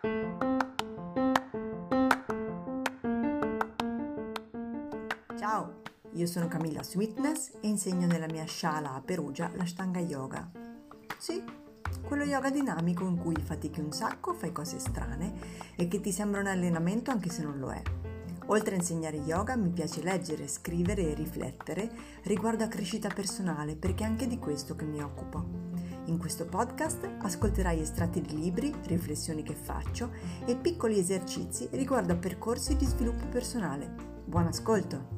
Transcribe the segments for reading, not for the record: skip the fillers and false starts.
Ciao, io sono Camilla Sweetness e insegno nella mia shala a Perugia l'Ashtanga Yoga. Sì, quello yoga dinamico in cui fatichi un sacco, fai cose strane e che ti sembra un allenamento anche se non lo è. Oltre a insegnare yoga mi piace leggere, scrivere e riflettere riguardo a crescita personale perché è anche di questo che mi occupo. In questo podcast ascolterai estratti di libri, riflessioni che faccio e piccoli esercizi riguardo a percorsi di sviluppo personale. Buon ascolto!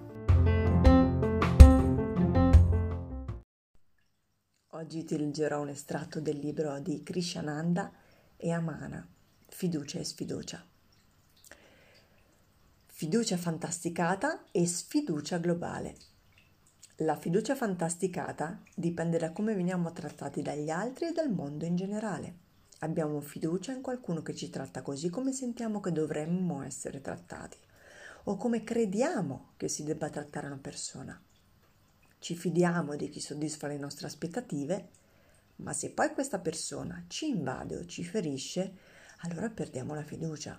Oggi ti leggerò un estratto del libro di Krishananda e Amana, Fiducia e sfiducia. Fiducia fantasticata e sfiducia globale. La fiducia fantasticata dipende da come veniamo trattati dagli altri e dal mondo in generale. Abbiamo fiducia in qualcuno che ci tratta così come sentiamo che dovremmo essere trattati o come crediamo che si debba trattare una persona. Ci fidiamo di chi soddisfa le nostre aspettative, ma se poi questa persona ci invade o ci ferisce, allora perdiamo la fiducia.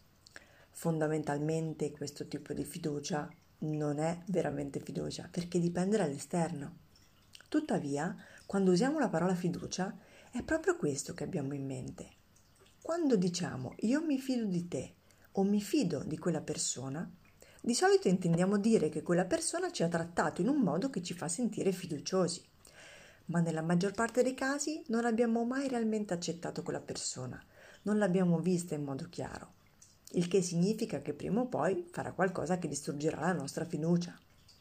Fondamentalmente questo tipo di fiducia non è veramente fiducia perché dipende dall'esterno. Tuttavia, quando usiamo la parola fiducia, è proprio questo che abbiamo in mente. Quando diciamo io mi fido di te o mi fido di quella persona, di solito intendiamo dire che quella persona ci ha trattato in un modo che ci fa sentire fiduciosi, ma nella maggior parte dei casi non abbiamo mai realmente accettato quella persona, non l'abbiamo vista in modo chiaro, il che significa che prima o poi farà qualcosa che distruggerà la nostra fiducia.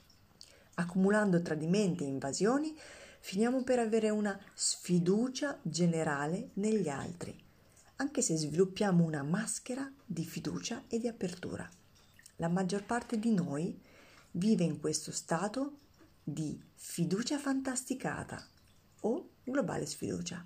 Accumulando tradimenti e invasioni, finiamo per avere una sfiducia generale negli altri, anche se sviluppiamo una maschera di fiducia e di apertura. La maggior parte di noi vive in questo stato di fiducia fantasticata o globale sfiducia.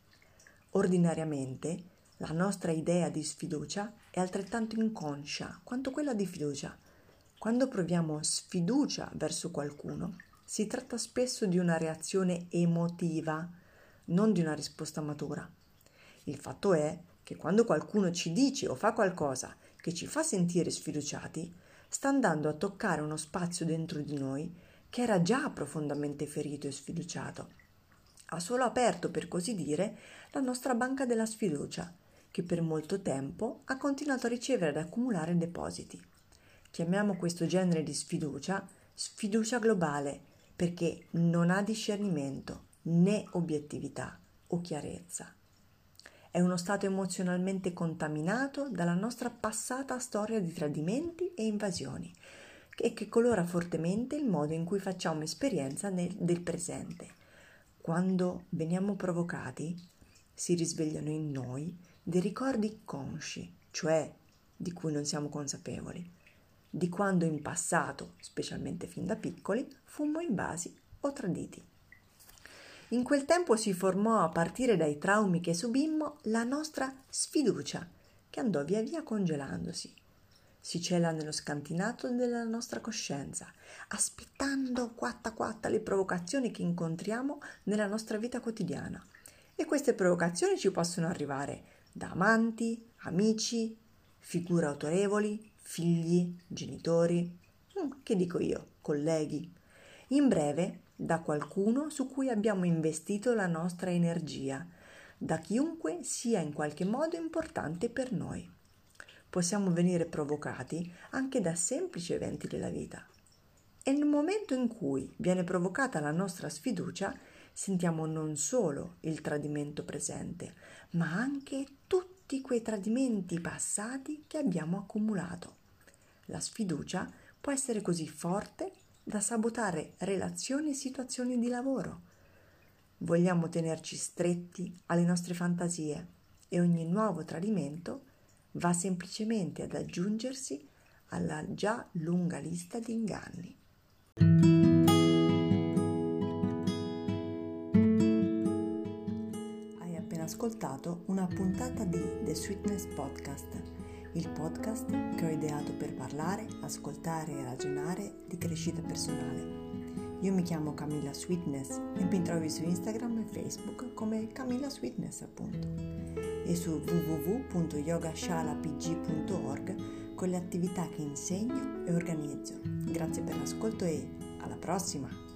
Ordinariamente, la nostra idea di sfiducia è altrettanto inconscia quanto quella di fiducia. Quando proviamo sfiducia verso qualcuno, si tratta spesso di una reazione emotiva, non di una risposta matura. Il fatto è che quando qualcuno ci dice o fa qualcosa che ci fa sentire sfiduciati, sta andando a toccare uno spazio dentro di noi che era già profondamente ferito e sfiduciato. Ha solo aperto, per così dire, la nostra banca della sfiducia, che per molto tempo ha continuato a ricevere ed accumulare depositi. Chiamiamo questo genere di sfiducia sfiducia globale, perché non ha discernimento, né obiettività o chiarezza. È uno stato emozionalmente contaminato dalla nostra passata storia di tradimenti e invasioni e che colora fortemente il modo in cui facciamo esperienza del presente. Quando veniamo provocati, si risvegliano in noi dei ricordi consci, cioè di cui non siamo consapevoli, di quando in passato, specialmente fin da piccoli, fummo invasi o traditi. In quel tempo si formò, a partire dai traumi che subimmo, la nostra sfiducia, che andò via via congelandosi. Si cela nello scantinato della nostra coscienza, aspettando quatta quatta le provocazioni che incontriamo nella nostra vita quotidiana. E queste provocazioni ci possono arrivare da amanti, amici, figure autorevoli, figli, genitori, che dico io, colleghi. In breve, da qualcuno su cui abbiamo investito la nostra energia, da chiunque sia in qualche modo importante per noi. Possiamo venire provocati anche da semplici eventi della vita. E nel momento in cui viene provocata la nostra sfiducia, sentiamo non solo il tradimento presente, ma anche tutti quei tradimenti passati che abbiamo accumulato. La sfiducia può essere così forte da sabotare relazioni e situazioni di lavoro. Vogliamo tenerci stretti alle nostre fantasie e ogni nuovo tradimento va semplicemente ad aggiungersi alla già lunga lista di inganni. Hai appena ascoltato una puntata di The Sweetness Podcast, il podcast che ho ideato per parlare, ascoltare e ragionare di crescita personale. Io mi chiamo Camilla Sweetness e mi trovi su Instagram e Facebook come Camilla Sweetness, appunto. e su www.yogashalapg.org con le attività che insegno e organizzo. Grazie per l'ascolto e alla prossima!